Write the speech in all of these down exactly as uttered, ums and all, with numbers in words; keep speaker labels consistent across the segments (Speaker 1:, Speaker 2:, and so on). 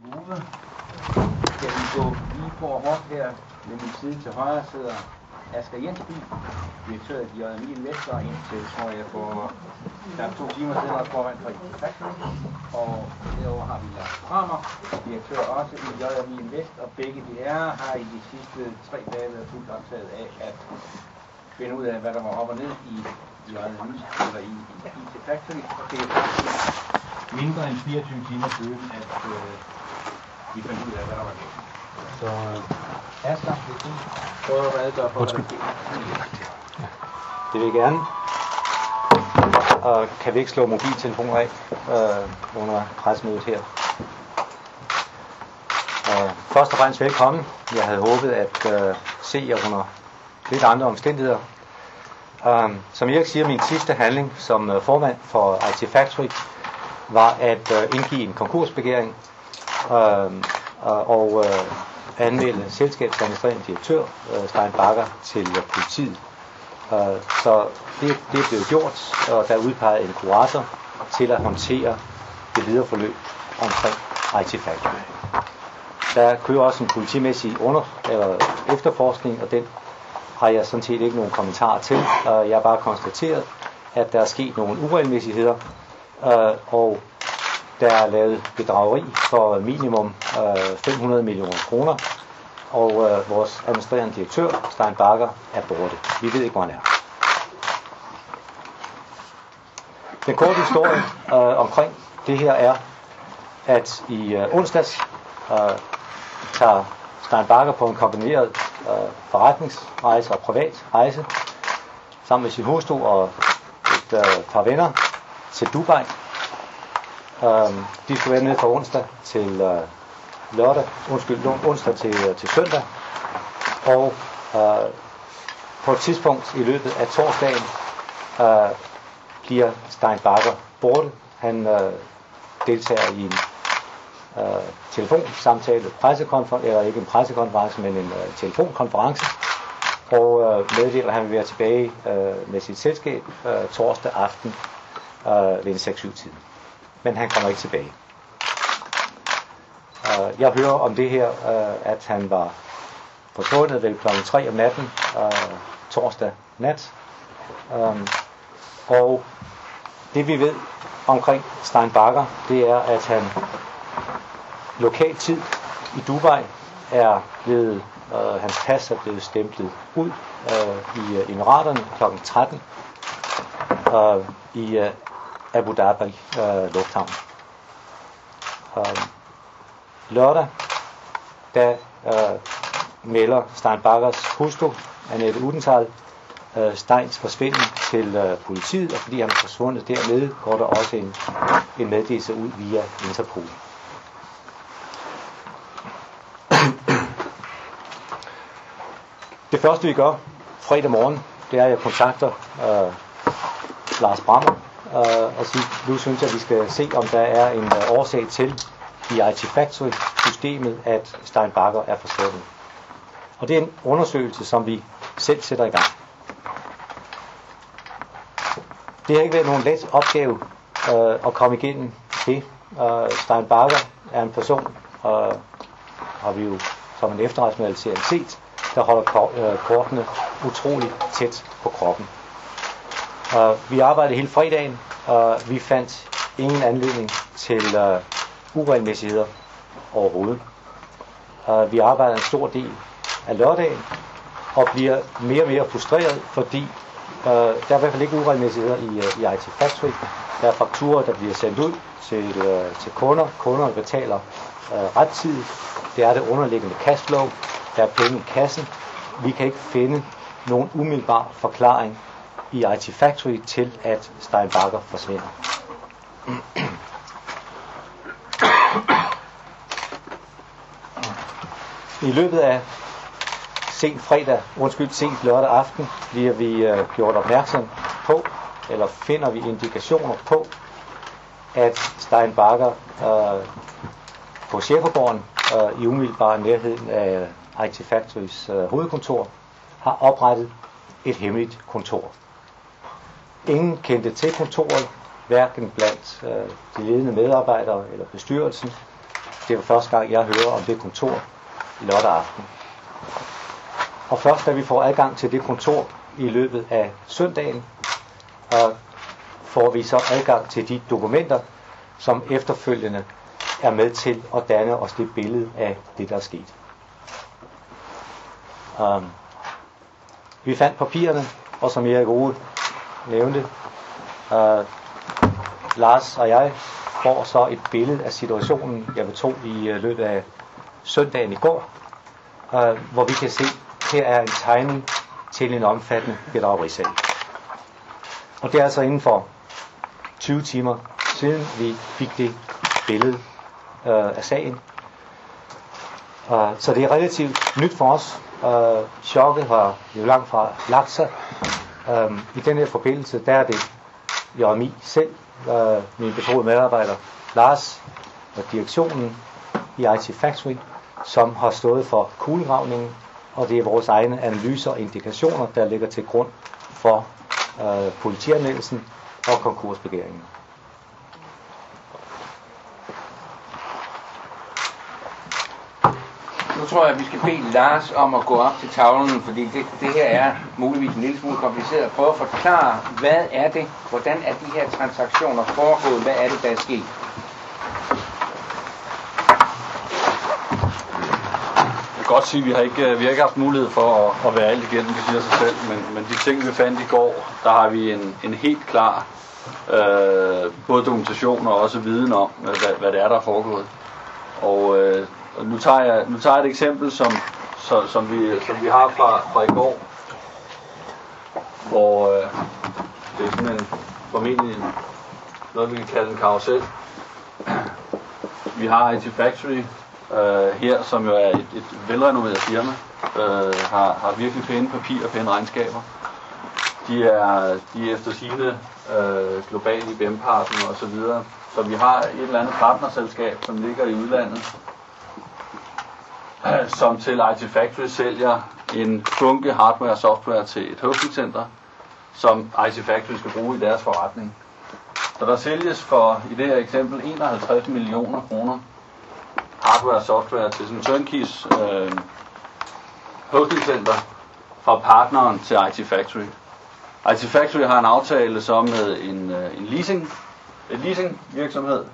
Speaker 1: Uwe. Skal vi gå lige på hårdt her ved min side til højre sidder Asger Jensby, direktør i J M I Investor, indtil, tror jeg, for der to timer siden også foran for Factory. Og derovre har vi Lars Brammer, direktør også i J M I Invest, og begge de er har i de sidste tre dage været fuldt optaget af at finde ud af, hvad der var op og ned i J M I, eller i I T Factory. Og det er faktisk mindre end fireogtyve timer siden, at øh, vi fandt ud af, hvad der var galt. Så øh, Asger, hvis du prøver at redegøre for, hvad der sker.
Speaker 2: Det vil jeg gerne. Og kan vi ikke slå mobiltelefoner af øh, under pressemødet her? Øh, først og fremmest velkommen. Jeg havde håbet at øh, se jer under lidt andre omstændigheder. Øh, som Erik siger, min sidste handling som øh, formand for I T Factory var at øh, indgive en konkursbegæring øh, og øh, anmelde selskabsadministrerende direktør øh, Stein Bagger til øh, politiet. Øh, så det, det er blevet gjort, og der er udpeget en kurator til at håndtere det videre forløb omkring I T Factory. Der kører også en politimæssig under, eller efterforskning, og den har jeg sådan set ikke nogen kommentarer til. Øh, jeg har bare konstateret, at der er sket nogle uregelmæssigheder, øh, og der er lavet bedrageri for minimum øh, fem hundrede millioner kroner, og øh, vores administrerende direktør, Stein Bagger, er borte. Vi ved ikke, hvor han er. Den korte historie øh, omkring det her er, at i øh, onsdags øh, tager Stein Bagger på en kombineret øh, forretningsrejse og privat rejse sammen med sin hustru og et øh, par venner til Dubai. Um, de skulle være nede fra onsdag til uh, lørdag, undskyld, onsdag til, uh, til søndag, og uh, på et tidspunkt i løbet af torsdagen uh, bliver Stein Bagger borte. Han uh, deltager i en uh, telefonsamtale, pressekonference, eller ikke en pressekonference, men en uh, telefonkonference, og uh, meddeler, at han vil være tilbage uh, med sit selskab uh, torsdag aften uh, ved en seks syv tiden. Men han kommer ikke tilbage. Uh, jeg hører om det her, uh, at han var forsvundet vel klokken tre om natten, uh, torsdag nat. Um, og det vi ved omkring Stein Bagger, det er, at han lokal tid i Dubai er blevet, uh, hans pas er blevet stemplet ud uh, i uh, Emiraterne klokken tretten uh, i uh, Abu Dhabi øh, lufthavn. Øh, lørdag, der øh, melder Stein Baggers hustru, Annette Udenthal, øh, Steins forsvinden til øh, politiet, og fordi han er forsvundet dernede, går der også en, en meddelelse ud via Interpol. Det første vi gør fredag morgen, det er at jeg kontakter øh, Lars Brammer, Uh, og sige, nu synes jeg, at vi skal se, om der er en uh, årsag til i I T Factory-systemet, at Stein Bagger er forsvundet. Og det er en undersøgelse, som vi selv sætter i gang. Det har ikke været nogen let opgave uh, at komme igennem det. Uh, Stein Bagger er en person, uh, har vi jo som en efterrationalisering set, der holder ko- uh, kortene utroligt tæt på kroppen. Uh, vi arbejdede hele fredagen, og vi fandt ingen anledning til uh, uregelmæssigheder overhovedet. Uh, vi arbejder en stor del af lørdagen, og bliver mere og mere frustreret, fordi uh, der er i hvert fald ikke uregelmæssigheder i, uh, i I T Factory. Der er fakturer, der bliver sendt ud til, uh, til kunder. Kunderne betaler uh, rettidigt. Det er det underliggende cashflow. Der er penge i kassen. Vi kan ikke finde nogen umiddelbar forklaring i I T Factory til, at Stein Bagger forsvinder. I løbet af sent fredag, undskyld, sent lørdag aften, bliver vi uh, gjort opmærksom på, eller finder vi indikationer på, at Stein Bagger uh, på Schæfergården, uh, i umiddelbar nærheden af I T Factorys uh, hovedkontor, har oprettet et hemmeligt kontor. Ingen kendte til kontoret, hverken blandt øh, de ledende medarbejdere eller bestyrelsen. Det var første gang, jeg hører om det kontor lørdag aften. Og først da vi får adgang til det kontor i løbet af søndagen, og får vi så adgang til de dokumenter, som efterfølgende er med til at danne os det billede af det, der er sket. Um, vi fandt papirerne, og som Erik Ove nævnte, uh, Lars og jeg får så et billede af situationen, jeg tog i uh, løbet af søndagen i går, uh, hvor vi kan se, her er en tegning til en omfattende bedragerisag. Og det er altså inden for tyve timer siden vi fik det billede uh, af sagen. Uh, så det er relativt nyt for os. Uh, chokket har jo langt fra lagt sig. Um, I den her forbindelse, der er det Jeremi selv, uh, min betroede medarbejder Lars og direktionen i I T Factory, som har stået for kulegravningen, og det er vores egne analyser og indikationer, der ligger til grund for uh, politianmeldelsen og konkursbegæringen.
Speaker 1: Nu tror jeg, at vi skal bede Lars om at gå op til tavlen, fordi det, det her er muligvis en lille smule kompliceret. Prøv at forklare, hvad er det, hvordan er de her transaktioner foregået, hvad er det, der er sket?
Speaker 3: Jeg kan godt sige, at vi har ikke, vi har ikke haft mulighed for at, at være alt igennem, det siger sig selv, men, men de ting, vi fandt i går, der har vi en, en helt klar øh, både dokumentation og også viden om, hvad, hvad det er, der er foregået. Og øh, Og nu tager jeg nu tager jeg et eksempel som så, som vi som vi har fra fra i går, hvor øh, det er sådan en formentlig noget vi kan kalde en karusel. Vi har I T Factory øh, her, som jo er et, et velrenommeret firma, øh, har har virkelig pæne papirer og pæne regnskaber. De er de er efter sigende øh, globale I B M-partner og så videre. Så vi har et eller andet partnerselskab, som ligger i udlandet, som til I T Factory sælger en bunke hardware og software til et hostingcenter, som I T Factory skal bruge i deres forretning. Så der sælges for, i det her eksempel, enoghalvtreds millioner kroner hardware og software til sådan en turnkey øh, hostingcenter fra partneren til I T Factory. I T Factory har en aftale så med en, øh, en leasing, en leasing virksomhed.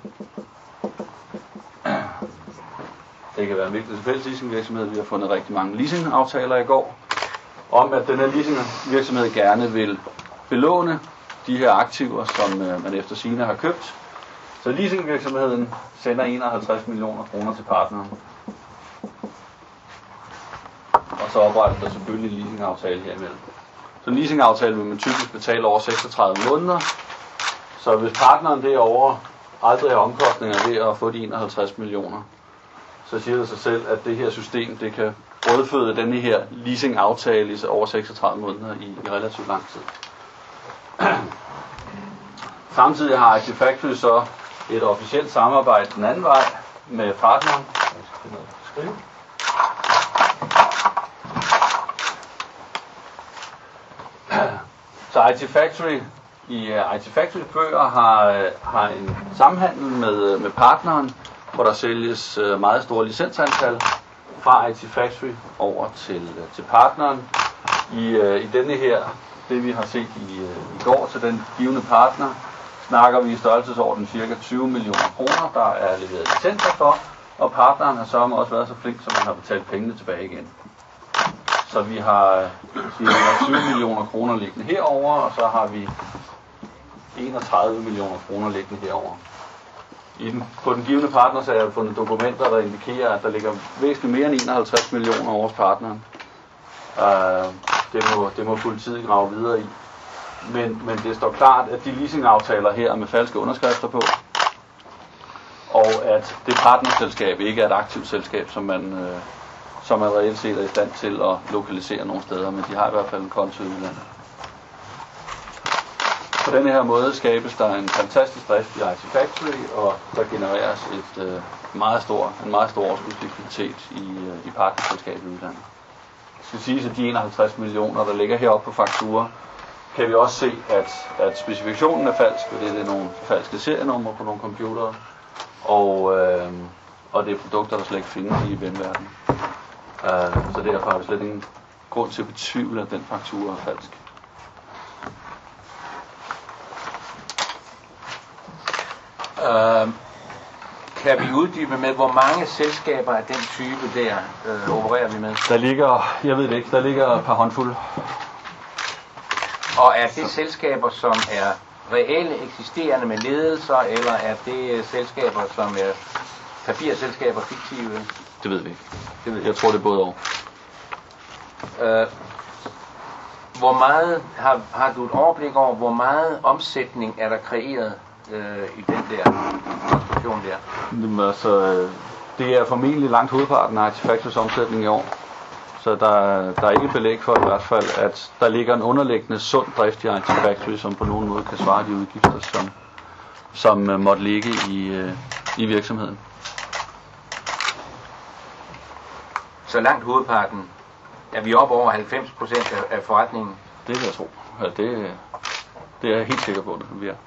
Speaker 3: Det kan være en vigtig fælles leasingvirksomhed. Vi har fundet rigtig mange leasingaftaler i går, om at denne leasingvirksomhed gerne vil belåne de her aktiver, som øh, man efter sigende har købt. Så leasingvirksomheden sender enoghalvtreds millioner kroner til partneren. Og så oprettes der selvfølgelig en leasingaftale herimellem. Så en leasingaftale vil man typisk betale over seksogtredive måneder. Så hvis partneren derovre aldrig har omkostninger ved at få de enoghalvtreds millioner, så siger det sig selv, at det her system, det kan brødføde denne her leasing-aftale i over seksogtredive måneder i, i relativt lang tid. Samtidig har I T Factory så et officielt samarbejde den anden vej med partneren. Så I T Factory i uh, I T Factory bøger har, har en samhandel med, med partneren, hvor der sælges uh, meget store licensantal fra I T Factory over til, uh, til partneren. I, uh, I denne her, det vi har set i, uh, i går til den givende partner, snakker vi i størrelsesorden cirka tyve millioner kroner, der er leveret licenser for, og partneren har så også været så flink, så man har betalt pengene tilbage igen. Så vi har cirka tyve millioner kroner liggende herover, og så har vi enogtredive millioner kroner liggende herover. I den, på den givende partner så har jeg fundet dokumenter, der indikerer, at der ligger væsentligt mere end enoghalvtreds millioner over hos partneren. Uh, det, må, det må politiet grave videre i. Men, men det står klart, at de leasingaftaler her er med falske underskrifter på, og at det partnerselskab ikke er et aktivt selskab, som man, øh, som man reelt set er i stand til at lokalisere nogle steder, men de har i hvert fald en konto i udlandet. På denne her måde skabes der en fantastisk drift i I T Factory, og der genereres et, øh, meget stor, en meget stor overskudslikviditet i, øh, i partnerselskabet i udlandet. Det skal siges, at de enoghalvtreds millioner, der ligger heroppe på faktura, kan vi også se, at, at specifikationen er falsk, fordi det er nogle falske serienumre på nogle computere. Og, øh, og det er produkter, der slet ikke findes i I B M-verdenen. Uh, så derfor har vi slet ingen grund til at betvivle, at den faktura er falsk.
Speaker 1: Uh, kan vi uddybe med, hvor mange selskaber af den type der øh, opererer vi med?
Speaker 3: Der ligger, jeg ved det ikke, der ligger et par håndfulde.
Speaker 1: Og er det selskaber, som er reelle eksisterende med ledelser, eller er det selskaber, som er papirselskaber, fiktive?
Speaker 3: Det ved vi ikke.
Speaker 1: Det ved jeg.
Speaker 3: Jeg tror, det er både og.
Speaker 1: Øh, hvor meget, har, har du et overblik over, hvor meget omsætning er der kreeret øh, i den der konstruktion der?
Speaker 3: Jamen, altså, det er formentlig langt hovedparten af Artifactorys omsætning i år. Så der, der er ikke belæg for i hvert fald, at der ligger en underliggende sund drift i Artifactory, som på nogen måde kan svare de udgifter, som, som uh, måtte ligge i, uh, i virksomheden.
Speaker 1: Så langt hovedparten, er vi oppe over halvfems procent af, af forretningen?
Speaker 3: Det vil jeg tro. Ja, det, det er jeg helt sikker på, at vi er.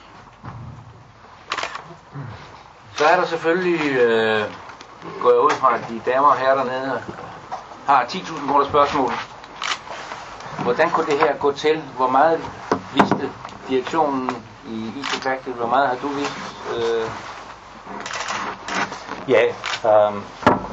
Speaker 1: Så er der selvfølgelig, øh, går jeg ud fra, at de damer og herrer dernede har ti tusind kroner spørgsmål. Hvordan kunne det her gå til? Hvor meget vidste direktionen i I T Factory? Hvor meget har du vidst? Øh...
Speaker 2: Ja, øh,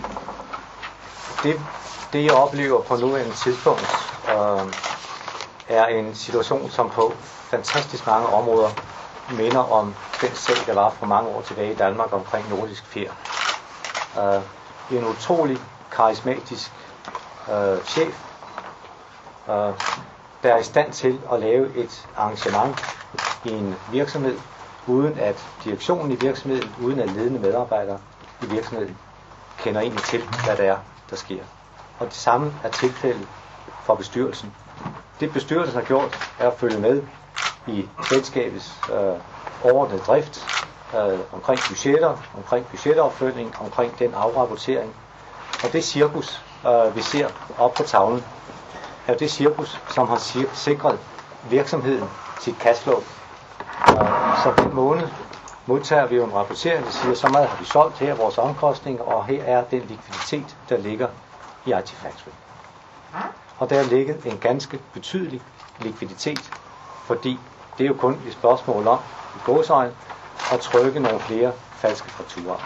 Speaker 2: det, det jeg oplever på nuværende tidspunkt, øh, er en situation, som på fantastisk mange områder minder om den sag, der var for mange år tilbage i Danmark omkring Nordisk Fjer. Uh, en utrolig karismatisk uh, chef, uh, der er i stand til at lave et arrangement i en virksomhed, uden at direktionen i virksomheden, uden at ledende medarbejdere i virksomheden kender egentlig til, hvad der er, der sker. Og det samme er tilfældet for bestyrelsen. Det bestyrelsen har gjort, er at følge med i selskabets øh, overordnede drift, øh, omkring budgetter, omkring budgetopfølgning, omkring den afrapportering. Og det cirkus, øh, vi ser op på tavlen, er det cirkus, som har sikret virksomheden sit cashflow. Øh, så den måned modtager vi jo en rapportering, der siger, så meget har vi solgt, her er vores omkostninger, og her er den likviditet, der ligger i Artifactory. Og der er ligget en ganske betydelig likviditet, fordi det er jo kun et spørgsmål om, i gåseøjne, at trykke nogle flere falske fakturaer.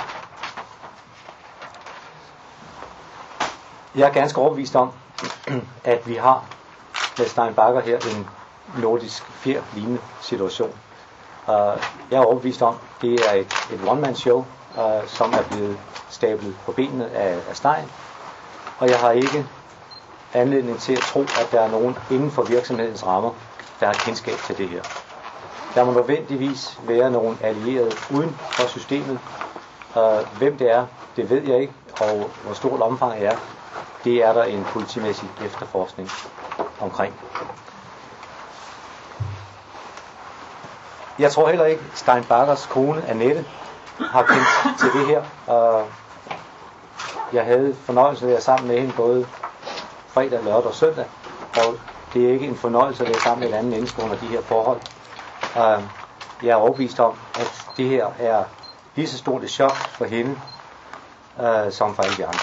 Speaker 2: Jeg er ganske overbevist om, at vi har med Stein Bagger her en Nordisk Fjer lignende situation. Uh, jeg er overbevist om, det er et, et one-man-show, uh, som er blevet stablet på benene af, af Stein, og jeg har ikke anledning til at tro, at der er nogen inden for virksomhedens rammer, der har kendskab til det her. Der må nødvendigvis være nogle allierede uden for systemet. Uh, hvem det er, det ved jeg ikke, og hvor stort omfang er, det er der en politimæssig efterforskning omkring. Jeg tror heller ikke, Stein Baggers kone Annette har kendt til det her. Uh, jeg havde fornøjelse af at være sammen med hende både fredag, lørdag og søndag, og det er ikke en fornøjelse at være sammen med et andet menneske under de her forhold. Uh, jeg er overbevist om, at det her er lige så stort et chok for hende, uh, som for alle de andre.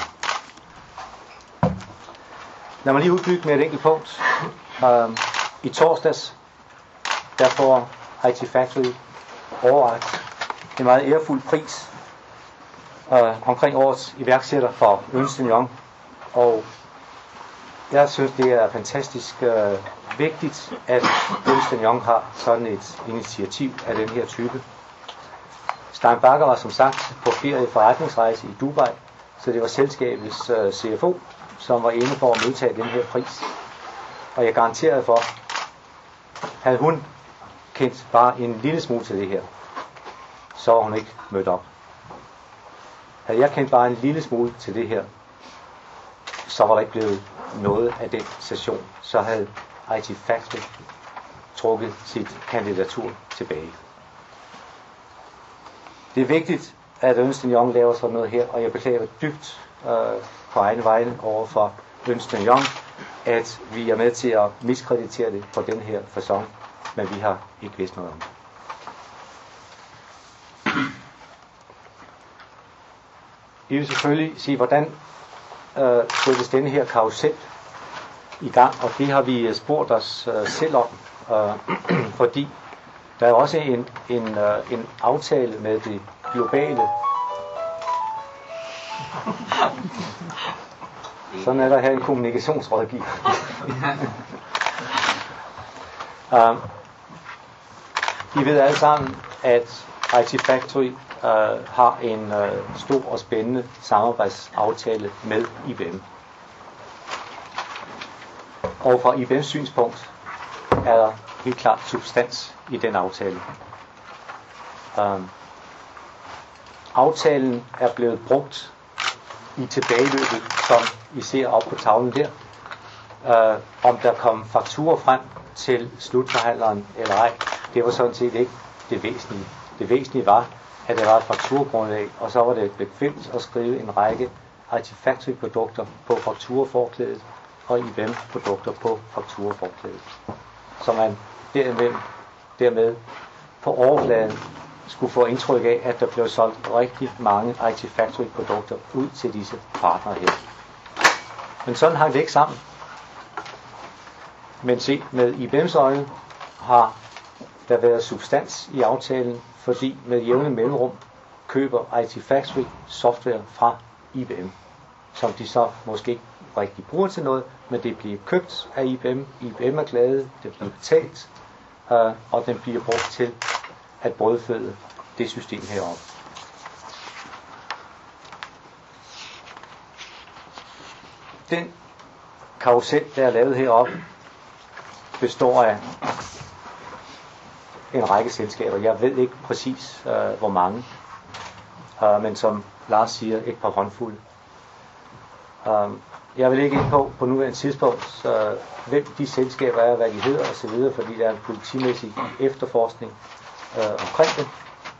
Speaker 2: Lad mig lige udbygge med et enkelt punkt. Uh, I torsdags, der får I T Factory overrakt en meget ærefuld pris uh, omkring årets iværksætter for Ernst and Young, og jeg synes, det er fantastisk uh, vigtigt, at Ernst and Young har sådan et initiativ af den her type. Stein Bagger var som sagt på ferie forretningsrejse i Dubai, så det var selskabets uh, C F O, som var inde for at modtage den her pris. Og jeg garanterede for, havde hun kendt bare en lille smule til det her, så var hun ikke mødt op. Havde jeg kendt bare en lille smule til det her, så var der ikke blevet noget af den session. Så havde I T Factory trukket sit kandidatur tilbage. Det er vigtigt, at Ernst and Young laver sådan noget her, og jeg beklager dybt øh, på egne vegne over for Ernst and Young, at vi er med til at miskreditere det på den her facon, men vi har ikke vidst noget om det. I vil selvfølgelig sige, hvordan øh, sættes denne her karusel i gang, og det har vi spurgt os øh, selv om, øh, fordi der er også en, en, øh, en aftale med det globale. Sådan er der her en kommunikationsrådgiver. um, I ved alle sammen, at I T Factory uh, har en uh, stor og spændende samarbejdsaftale med I B M. Og fra I B M's synspunkt er der helt klart substans i den aftale. Um, aftalen er blevet brugt i tilbageløbet, som I ser op på tavlen der. Uh, om der kom fakturer frem til slutforhandleren eller ej, det var sådan set ikke det væsentlige. Det væsentlige var, at der var et fakturagrundlag, og så var det bekvemt at skrive en række I T Factory produkter på fakturaforklædet og I B M produkter på fakturaforklædet. Så man dermed, dermed på overfladen skulle få indtryk af, at der blev solgt rigtig mange I T Factory produkter ud til disse partnere her. Men sådan hang det ikke sammen. Men se, med I B M's øjne har der været substans i aftalen, fordi med jævne mellemrum køber I T Factory software fra I B M, som de så måske ikke rigtig bruger til noget, men det bliver købt af I B M, I B M er glade, det bliver betalt, øh, og den bliver brugt til at brødføde det system heroppe. Den karusel, der er lavet heroppe, består af en række selskaber. Jeg ved ikke præcis, øh, hvor mange, øh, men som Lars siger, et par håndfulde. Øh, jeg vil ikke ind på på nuværende tidspunkt, øh, hvem de selskaber er, hvad de hedder osv., fordi der er en politimæssig efterforskning øh, omkring det.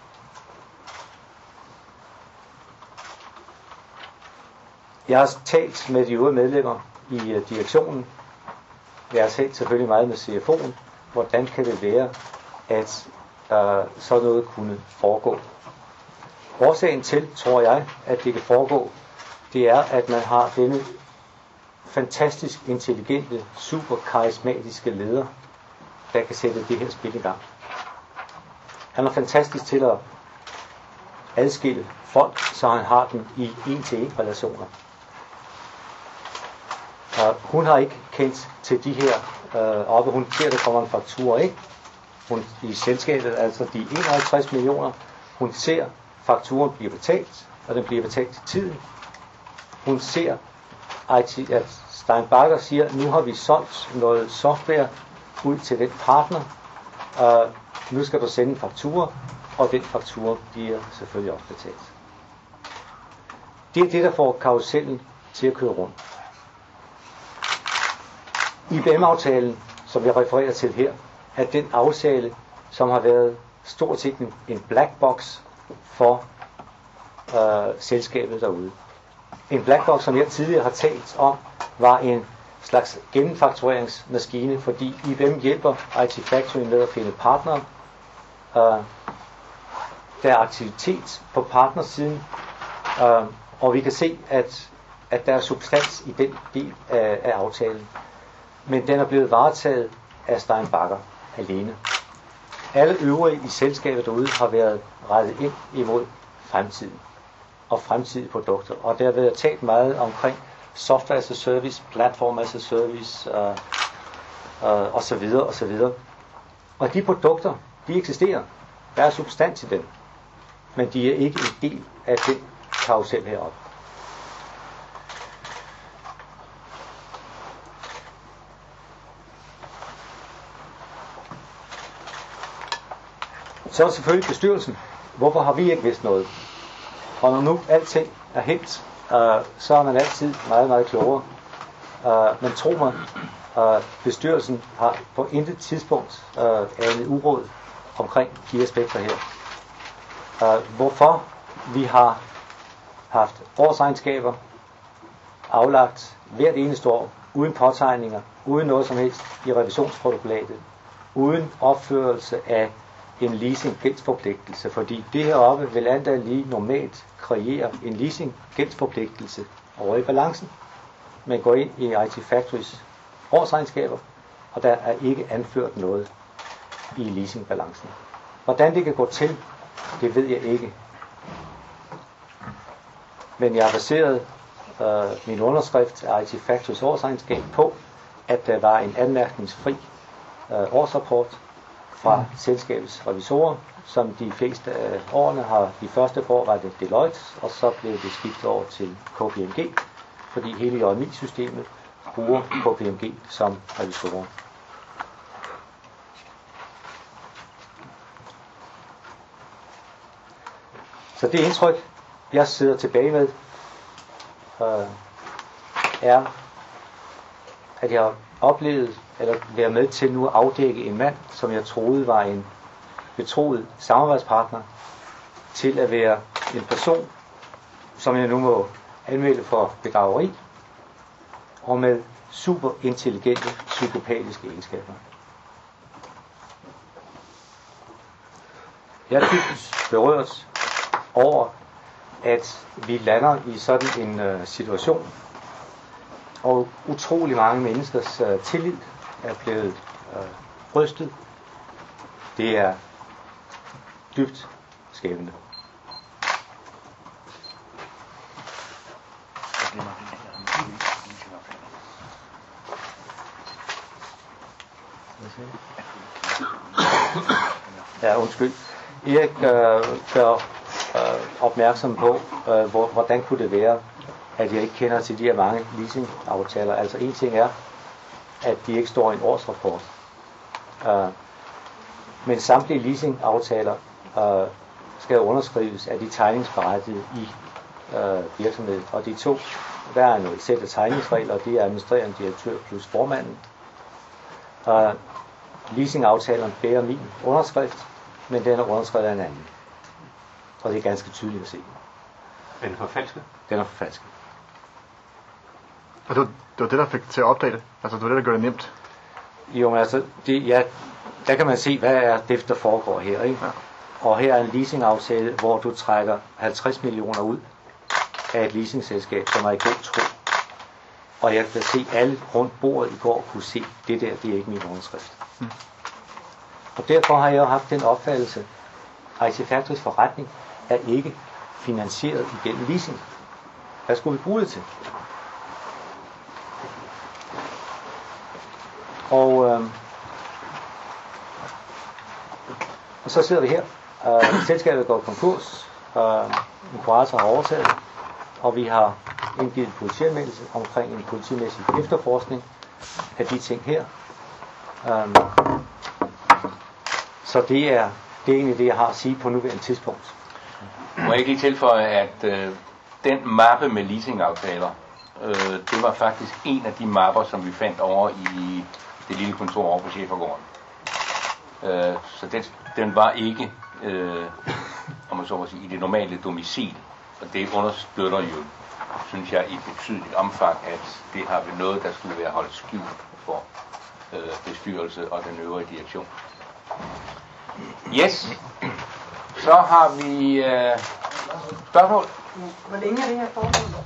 Speaker 2: Jeg har talt med de øvrige medlemmer i uh, direktionen. Jeg har talt selvfølgelig meget med C F O'en. Hvordan kan det være, at uh, sådan noget kunne foregå? Årsagen til, tror jeg, at det kan foregå, det er, at man har denne fantastisk intelligente, super karismatiske leder, der kan sætte det her spil i gang. Han er fantastisk til at adskille folk, så han har dem i en-til-en relationer. Uh, hun har ikke kendt til de her uh, oppe. Hun ser, at der kommer en faktura, ikke? Hun, i selskabet, altså de enoghalvtreds millioner. Hun ser, at fakturen bliver betalt, og den bliver betalt til tiden. Hun ser, at Steinbacher siger, at nu har vi solgt noget software ud til den partner. Uh, nu skal du sende en faktura, og den faktura bliver selvfølgelig også betalt. Det er det, der får karusellen til at køre rundt. I B M-aftalen, som jeg refererer til her, er den aftale, som har været stort set en, en black box for øh, selskabet derude. En black box, som jeg tidligere har talt om, var en slags gennemfaktureringsmaskine, fordi I B M hjælper I T Factory med at finde partnere. Øh, der er aktivitet på partnersiden, øh, og vi kan se, at, at der er substans i den del af, af aftalen. Men den er blevet varetaget af Steinbacher alene. Alle øvrige i selskabet derude har været rettet ind imod fremtiden og fremtidige produkter. Og der har været talt meget omkring software as a service, platform as a service uh, uh, og så videre og så videre. Og de produkter, de eksisterer. Der er substans i dem. Men de er ikke en del af den karusel heroppe. Så er der selvfølgelig bestyrelsen. Hvorfor har vi ikke vidst noget? Og når nu alting er hent, øh, så er man altid meget, meget klogere. Øh, men tro mig, øh, bestyrelsen har på intet tidspunkt øh, anet uråd omkring de aspekter her. Øh, hvorfor vi har haft årsregnskaber aflagt hvert eneste år, uden påtegninger, uden noget som helst i revisionsprotokollatet, uden opførelse af en leasing-gældsforpligtelse, fordi det heroppe vil andet end lige normalt kreere en leasing-gældsforpligtelse over i balancen. Man går ind i I T Factorys årsregnskaber, og der er ikke anført noget i leasingbalancen. Hvordan det kan gå til, det ved jeg ikke. Men jeg har baseret øh, min underskrift af I T Factorys årsregnskab på, at der var en anmærkningsfri øh, årsrapport fra mm. selskabets revisorer, som de fleste af årene har. De første år var det Deloitte, og så blev det skiftet over til K P M G, fordi hele J M I-systemet bruger K P M G som revisorer. Så det indtryk, jeg sidder tilbage med, øh, er, at jeg har oplevet, eller været med til nu at afdække en mand, som jeg troede var en betroet samarbejdspartner, til at være en person, som jeg nu må anmelde for bedrageri, og med super intelligente psykopatiske egenskaber. Jeg er dybt berørt over, at vi lander i sådan en uh, situation, og utrolig mange menneskers uh, tillid er blevet uh, rystet. Det er dybt skæmmende. Ja, undskyld. Erik øh, gør øh, opmærksom på, øh, hvor, hvordan kunne det være, at jeg ikke kender til de her mange leasingaftaler. Altså en ting er, at de ikke står i en årsrapport. Øh, men samtlige leasingaftaler øh, skal underskrives af de tegningsberettigede i øh, virksomheden. Og de to, der er noget sæt af tegningsregler, og det er administrerende direktør plus formanden. Øh, leasingaftalerne bærer min underskrift, men den er underskrevet af en anden. Og det er ganske tydeligt at se.
Speaker 4: Den er forfalsket?
Speaker 2: Den er forfalsket.
Speaker 5: Og det var, det var det, der fik til at opdage det? Altså det var det, der gjorde det nemt?
Speaker 2: Jo, men altså, det, ja, der kan man se, hvad er det, der foregår her, ikke? Ja. Og her er en leasingaftale, hvor du trækker halvtreds millioner ud af et leasingselskab, som er i god tro. Og jeg kan se, alle rundt bordet i går kunne se, det der, det er ikke min underskrift. Hmm. Og derfor har jeg jo haft den opfattelse, at I T Factorys forretning er ikke finansieret igennem leasing. Hvad skulle vi bruge det til? Og, øh, og så sidder vi her. Øh, selskabet går konkurs. Øh, en kurator har overtaget, og vi har indgivet politianmeldelse omkring en politimæssig efterforskning af de ting her. Øh, så det er, det er egentlig det, jeg har at sige på nuværende tidspunkt.
Speaker 4: Må jeg ikke lige tilføje, at øh, den mappe med leasingaftaler, øh, det var faktisk en af de mapper, som vi fandt over i det lille kontor over på Schæfergården. Øh, så den, den var ikke, øh, om man så må sige, i det normale domicil. Og det understøtter jo, synes jeg, i betydeligt omfang, at det har vi noget, der skulle være holdt skjult for øh, bestyrelse og den øvrige direktion. Yes. Så har vi øh, spørgsmål.
Speaker 6: Hvor længe er det her foregået?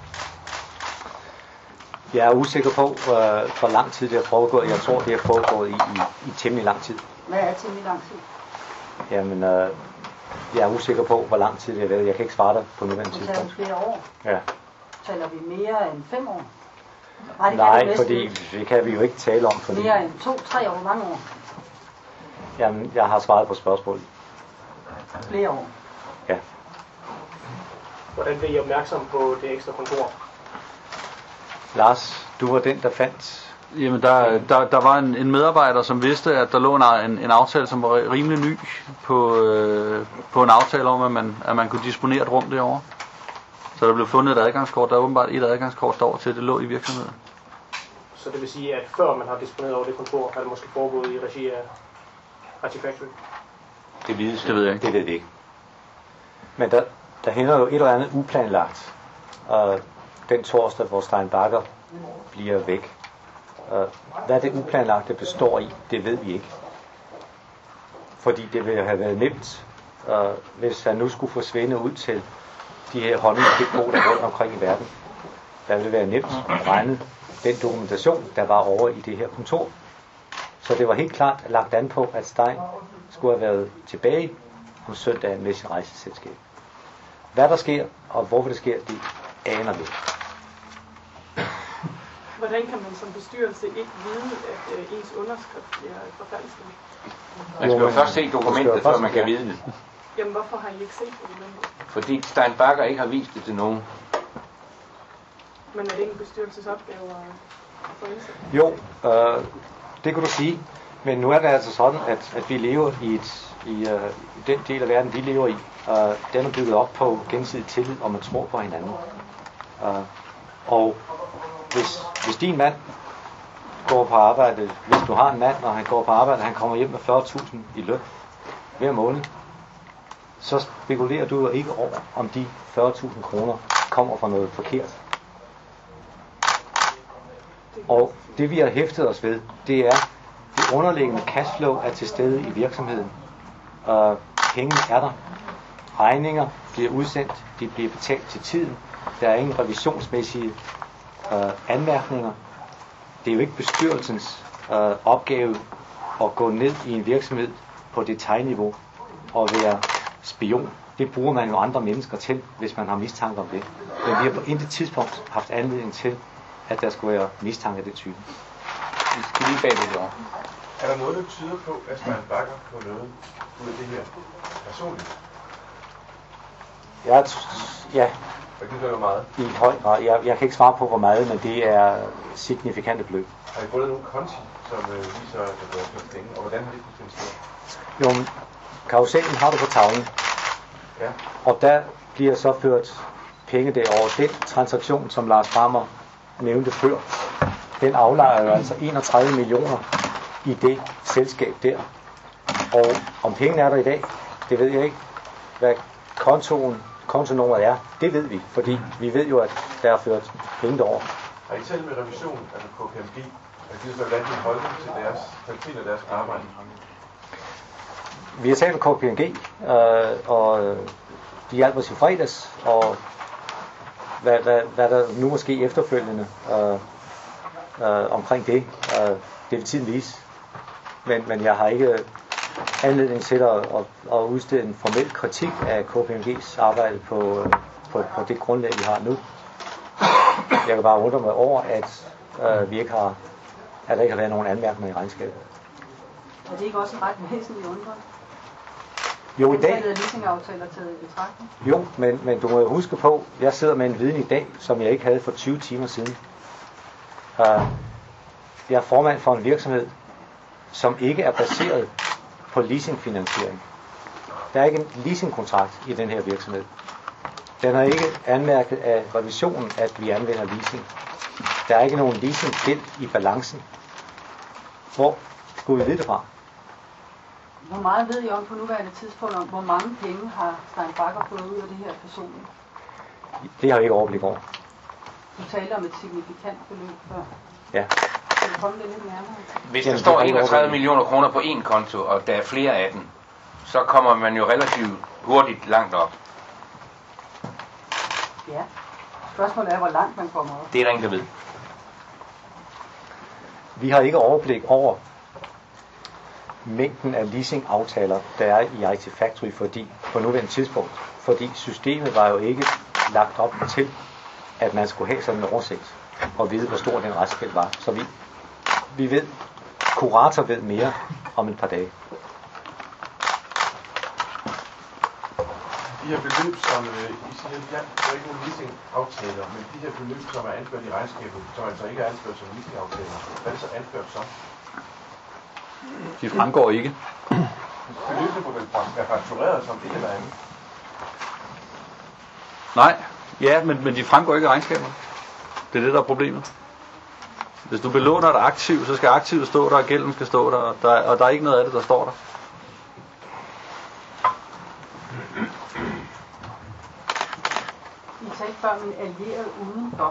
Speaker 2: Jeg er usikker på, øh, hvor lang tid det har foregået. Jeg tror, det har foregået i, i, i temmelig lang tid.
Speaker 6: Hvad er temmelig lang tid?
Speaker 2: Jamen, øh, jeg er usikker på, hvor lang tid det har været. Jeg kan ikke svare dig på nuværende
Speaker 6: Vi
Speaker 2: tidspunkt.
Speaker 6: taler flere år.
Speaker 2: Ja.
Speaker 6: Taler vi mere end fem år? Nej, det
Speaker 2: Nej,
Speaker 6: kan vi
Speaker 2: fordi det kan vi jo ikke tale om. Fordi,
Speaker 6: mere end to, tre år, mange år.
Speaker 2: jamen, jeg har svaret på spørgsmålet.
Speaker 6: Flere år.
Speaker 2: Ja.
Speaker 7: Hvordan blev I opmærksom på det ekstra kontor?
Speaker 2: Lars, du var den, der fandt...
Speaker 3: Jamen, der, der, der var en, en medarbejder, som vidste, at der lå en, en, en aftale, som var rimelig ny på, øh, på en aftale om, at man, at man kunne disponere et rum derovre. Så der blev fundet et adgangskort. Der er åbenbart et adgangskort, der over til, det lå i virksomheden.
Speaker 7: Så det vil sige, at før man har disponeret over det kontor, har det måske foregået i regi af I T Factory?
Speaker 4: Det vides
Speaker 3: Det ved jeg ikke.
Speaker 2: Det ved vi ikke. Men der, der hænder jo et eller andet uplanlagt. Og den torsdag, hvor Stein Bakker bliver væk. Og hvad det uplanlagte består i, det ved vi ikke. fordi det ville have været nemt, øh, hvis han nu skulle forsvinde ud til de her honningsdepoter rundt omkring i verden. Der ville være nemt at regne den dokumentation, der var over i det her kontor. Så det var helt klart lagt an på, at Stein skulle have været tilbage på søndagen med sit rejseselskab. Hvad der sker, og hvorfor det sker, det aner vi.
Speaker 8: Hvordan kan man som bestyrelse ikke vide, at øh, ens underskrift bliver forfalsket?
Speaker 4: Man skal jo først se dokumentet, før man kan vide det.
Speaker 8: Jamen, hvorfor har I ikke set dokumentet?
Speaker 4: Fordi Stein Bagger ikke har vist det til nogen.
Speaker 8: Men er det ikke en bestyrelses opgave at få indsigt?
Speaker 2: Jo, øh, det kan du sige. Men nu er det altså sådan, at, at vi lever i, et, i, uh, i den del af verden, vi lever i. Uh, den er bygget op på gensidig tillid, og man tror på hinanden. Uh, og hvis, hvis din mand går på arbejde, hvis du har en mand, og han går på arbejde, han kommer hjem med fyrre tusind i løn hver måned, så spekulerer du jo ikke over, om de fyrre tusind kroner kommer fra noget forkert. Og det vi har hæftet os ved, det er, det underliggende cashflow er til stede i virksomheden. Uh, pengene er der. Regninger bliver udsendt, de bliver betalt til tiden. Der er ingen revisionsmæssige uh, anmærkninger. Det er jo ikke bestyrelsens uh, opgave at gå ned i en virksomhed på detailniveau og være spion. Det bruger man jo andre mennesker til, hvis man har mistanke om det. Men vi har på intet tidspunkt haft anledning til, at der skulle være mistanke af det type.
Speaker 4: Vi skal lige bag det over.
Speaker 9: Er der noget, der tyder på, at Stein Bagger på noget ud af det her personligt?
Speaker 2: Ja, t- ja.
Speaker 9: Og det gør meget.
Speaker 2: I høj grad. Jeg, jeg kan ikke svare på, hvor meget, men det er signifikante beløb.
Speaker 9: Har I fundet nogle konti, som øh, viser, at der er flere penge, og hvordan har det kunnet finde sted?
Speaker 2: Jo, men karusellen har du på tavlen.
Speaker 9: Ja.
Speaker 2: Og der bliver så ført penge derover. Den transaktion, som Lars Brammer nævnte før, den aflejer jo altså enogtredive millioner i det selskab der. Og om pengene er der i dag, det ved jeg ikke. Hvad kontoen, kontonummeret er, det ved vi, fordi vi ved jo, at der er ført penge derover.
Speaker 9: Har I talt med revision af K P M G, at det er valgt en holdning til deres kvalitet af deres arbejde?
Speaker 2: Vi har talt med K P M G, øh, og de hjalp os i fredags, og hvad, hvad, hvad der nu måske efterfølgende øh, øh, omkring det, øh, det vil tiden vise. Men, men jeg har ikke anledning til at, at, at udstede en formel kritik af K P M G's arbejde på, på, på det grundlag, vi har nu. Jeg kan bare undre mig over, at øh, vi ikke har, at der ikke har været nogen anmærkninger i regnskabet.
Speaker 6: Er det ikke også en ret væsentlig undre?
Speaker 2: Jo, i dag.
Speaker 6: Antallet af leasingaftaler taget i betragtning?
Speaker 2: Jo, men, men du må jo huske på, jeg sidder med en viden i dag, som jeg ikke havde for tyve timer siden. Uh, jeg er formand for en virksomhed, som ikke er baseret på leasingfinansiering. Der er ikke en leasingkontrakt i den her virksomhed. Den har ikke anmærket af revisionen, at vi anvender leasing. Der er ikke nogen leasinggæld i balancen. Hvor skulle vi vide det fra?
Speaker 6: Hvor meget ved I om på nuværende tidspunkt, om hvor mange penge har Stein Bagger fået ud af det her personligt?
Speaker 2: Det har vi ikke overblik over.
Speaker 6: Du talte om et signifikant beløb før.
Speaker 2: Ja.
Speaker 6: Kan du komme det lidt nærmere?
Speaker 4: Hvis der står enogtredive millioner kroner på én konto, og der er flere af dem, så kommer man jo relativt hurtigt langt op.
Speaker 6: Ja. Spørgsmålet er, hvor langt man kommer op.
Speaker 4: Det er der ingen, der ved.
Speaker 2: Vi har ikke overblik over mængden af leasingaftaler, der er i I T Factory, fordi på nuværende tidspunkt, fordi systemet var jo ikke lagt op til, at man skulle have sådan en oversigt og vide, hvor stor den restgæld var. Så vi, vi ved, kurator ved mere om et par dage.
Speaker 9: De her beløb, som øh, I siger, ja, der er ikke nogen leasingaftaler, men de her beløb, som er anført i regnskabet, som altså ikke er anført som leasingaftaler, hvad er det så anført så?
Speaker 3: De fremgår ikke.
Speaker 9: Beløbene må vel være faktureret som det eller andet?
Speaker 3: Nej, ja, men, men de fremgår ikke i regnskaberne. Det er det, der er problemet. Hvis du belåner et aktiv, så skal aktivet stå der, og gælden skal stå der, og der, og der er ikke noget af det, der står der.
Speaker 6: I talte før med allieret udenfor.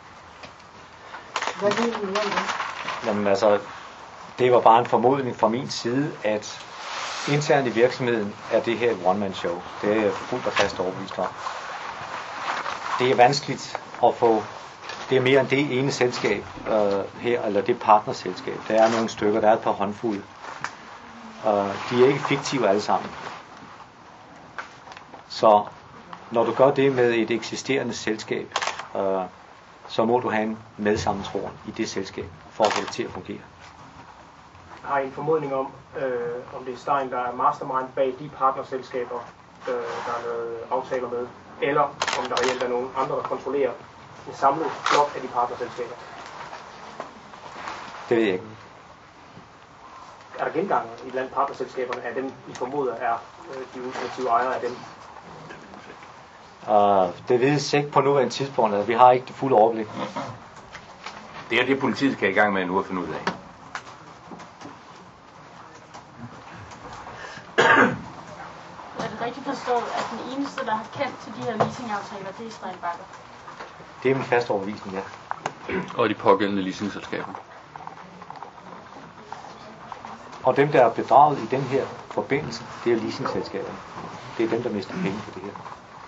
Speaker 6: Hvad ved I mere om det?
Speaker 2: Jamen altså, det var bare en formodning fra min side, at internt i virksomheden er det her et one-man-show. Det er jeg fuldt og fast overbevist om. Det er vanskeligt at få, det er mere end det ene selskab øh, her, eller det partnerselskab. Der er nogle stykker, der er et par håndfulde. Uh, de er ikke fiktive alle sammen. Så når du gør det med et eksisterende selskab, uh, så må du have en medsammentroen i det selskab, for at få det til at fungere.
Speaker 7: Har I en formodning om, øh, om det er Stein, der er mastermind bag de partnerselskaber, øh, der er noget aftaler med, eller om der reelt er nogle andre, der kontrollerer en samlet blok af de partnerselskaber?
Speaker 2: Det ved jeg ikke.
Speaker 7: Er der gengang i blandt partnerselskaberne af dem, I formoder er øh, de ultimative ejere af dem?
Speaker 2: Uh, det vides ikke på nuværende tidspunkt, at vi har ikke det fulde overblik.
Speaker 4: Det er det, politiet skal i gang med nu at finde ud af.
Speaker 10: Er det rigtigt forstået, at den eneste, der har kendt til de her leasingaftaler, det er Stein Bagger?
Speaker 2: Det er min faste overbevisning, ja.
Speaker 3: Og de pågældende leasingselskaber.
Speaker 2: Og dem, der er bedraget i den her forbindelse, det er leasingselskaberne. Det er dem, der mister penge på det her.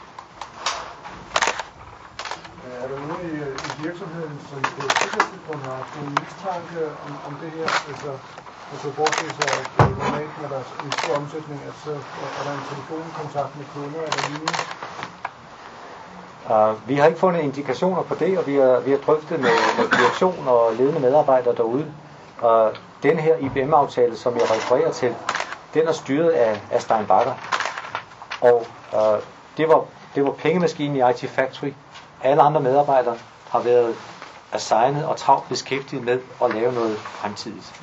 Speaker 11: Er der nogen i, i virksomheden, som på et tidligere tidspunkt har haft en mistanke om, om det her? Altså, altså forestil sig, at normalt, når der er en stor omsætning, at så er der en telefonkontakt med kunder eller lignende?
Speaker 2: Uh, vi har ikke fundet indikationer på det, og vi har, vi har drøftet med, med direktion og ledende medarbejdere derude. Uh, den her I B M-aftale, som jeg refererer til, den er styret af, af Stein Bagger. Og uh, det, var, det var pengemaskinen i I T Factory. Alle andre medarbejdere har været assignet og travlt beskæftiget med at lave noget fremtidigt.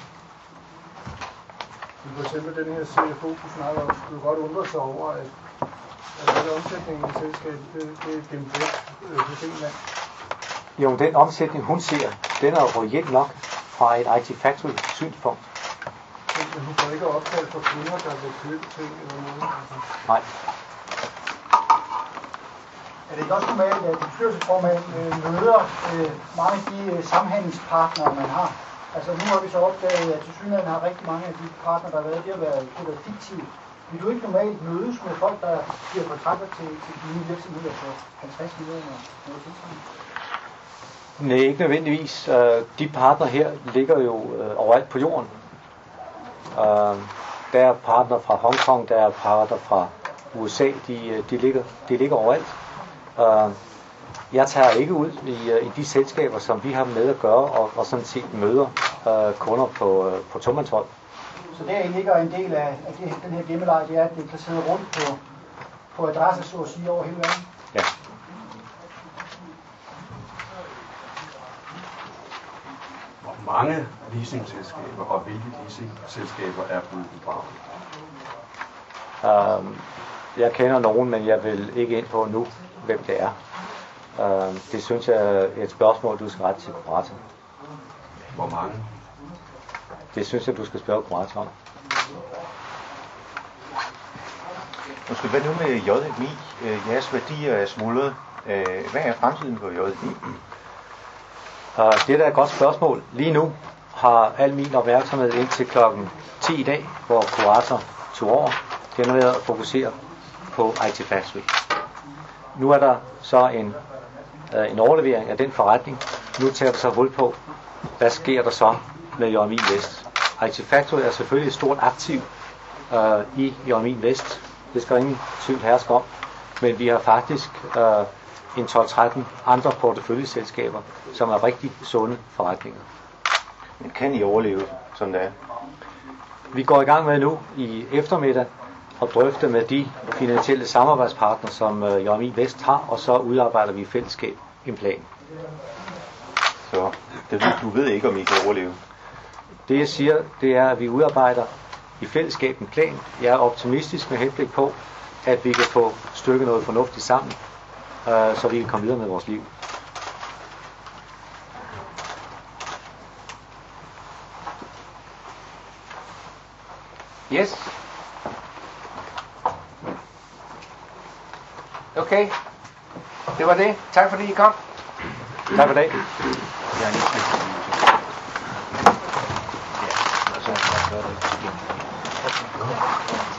Speaker 11: For eksempel den her C F O, du snakker om, skulle godt undre sig over, at, at omsætningen i selskabet, det, det er gemt væk øh, hos en mand.
Speaker 2: Jo, den omsætning, hun ser, den er reelt nok fra et I T Factory synspunkt.
Speaker 11: Men hun får ikke opkald for kunder, der vil købe ting eller noget? Altså.
Speaker 2: Nej.
Speaker 12: Er det ikke også normalt, at bestyrelsesformand øh, møder øh, mange af de øh, samhandelspartnere, man har? Altså nu har vi så opdaget, at tilsyneladende har rigtig mange af de partnere, der har været, det har været, det har været fiktivt. Vil du ikke normalt mødes med folk, der giver kontrakter til, til de nye virksomheder for halvtreds millioner noget tilsvarende?
Speaker 2: Nej, ikke nødvendigvis. De partnere her ligger jo overalt på jorden. Der er partnere fra Hongkong, der er partnere fra U S A, de, de, ligger, de ligger overalt. Jeg tager ikke ud i, i de selskaber, som vi har med at gøre, og, og sådan set møder kunder på, på tomandshånd.
Speaker 12: Så der ligger en del af, af det, den her gemmeleje, det er, at det er placeret rundt på, på adresser, så at sige, over hele verden?
Speaker 2: Ja.
Speaker 9: Hvor mange leasingselskaber og hvilke leasingselskaber er blevet bedraget?
Speaker 2: Um, jeg kender nogen, men jeg vil ikke ind på nu, hvem det er. Uh, det synes jeg er et spørgsmål, du skal rette til kurator.
Speaker 9: Hvor mange?
Speaker 2: Det synes jeg, du skal spørge kurator om.
Speaker 13: Måske hvad nu med J M I? Jeres værdier er smuldret. Hvad er fremtiden på J M I?
Speaker 2: Uh, det er da et godt spørgsmål. Lige nu har al min opmærksomhed indtil klokken ti i dag, hvor kurator tog over, den har været at fokusere på I T Factory. Nu er der så en, uh, en overlevering af den forretning. Nu tager vi så hul på, hvad sker der så med J M I Vest. I T Factory er selvfølgelig et stort aktiv uh, i J M I Vest. Det skal ingen tvivl herske om. Men vi har faktisk uh, en tolv tretten andre porteføljeselskaber, som er rigtig sunde forretninger.
Speaker 13: Men kan I overleve, som det er?
Speaker 2: Vi går i gang med nu i eftermiddag at drøfte med de finansielle samarbejdspartnere, som uh, J M I Vest har, og så udarbejder vi i fællesskab en plan.
Speaker 13: Så det, du ved ikke, om I kan overleve?
Speaker 2: Det jeg siger, det er, at vi udarbejder i fællesskab en plan. Jeg er optimistisk med henblik på, at vi kan få stykket noget fornuftigt sammen, øh, så vi kan komme videre med vores liv.
Speaker 4: Yes. Okay. Det var det. Tak fordi I kom.
Speaker 2: Tak for det.
Speaker 13: Jeg er lige ja, altså,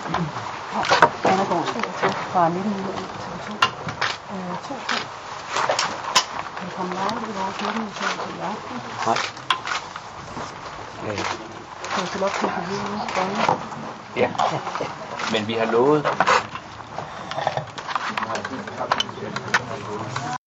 Speaker 6: Anna Gårdsted til fra nitten nul til to. Øh, to ting. Kan du komme live i vores nyhedsudsendelse i aften?
Speaker 2: Nej. Okay.
Speaker 6: Kan du stille op til at vide noget?
Speaker 4: Ja. Men vi har lovet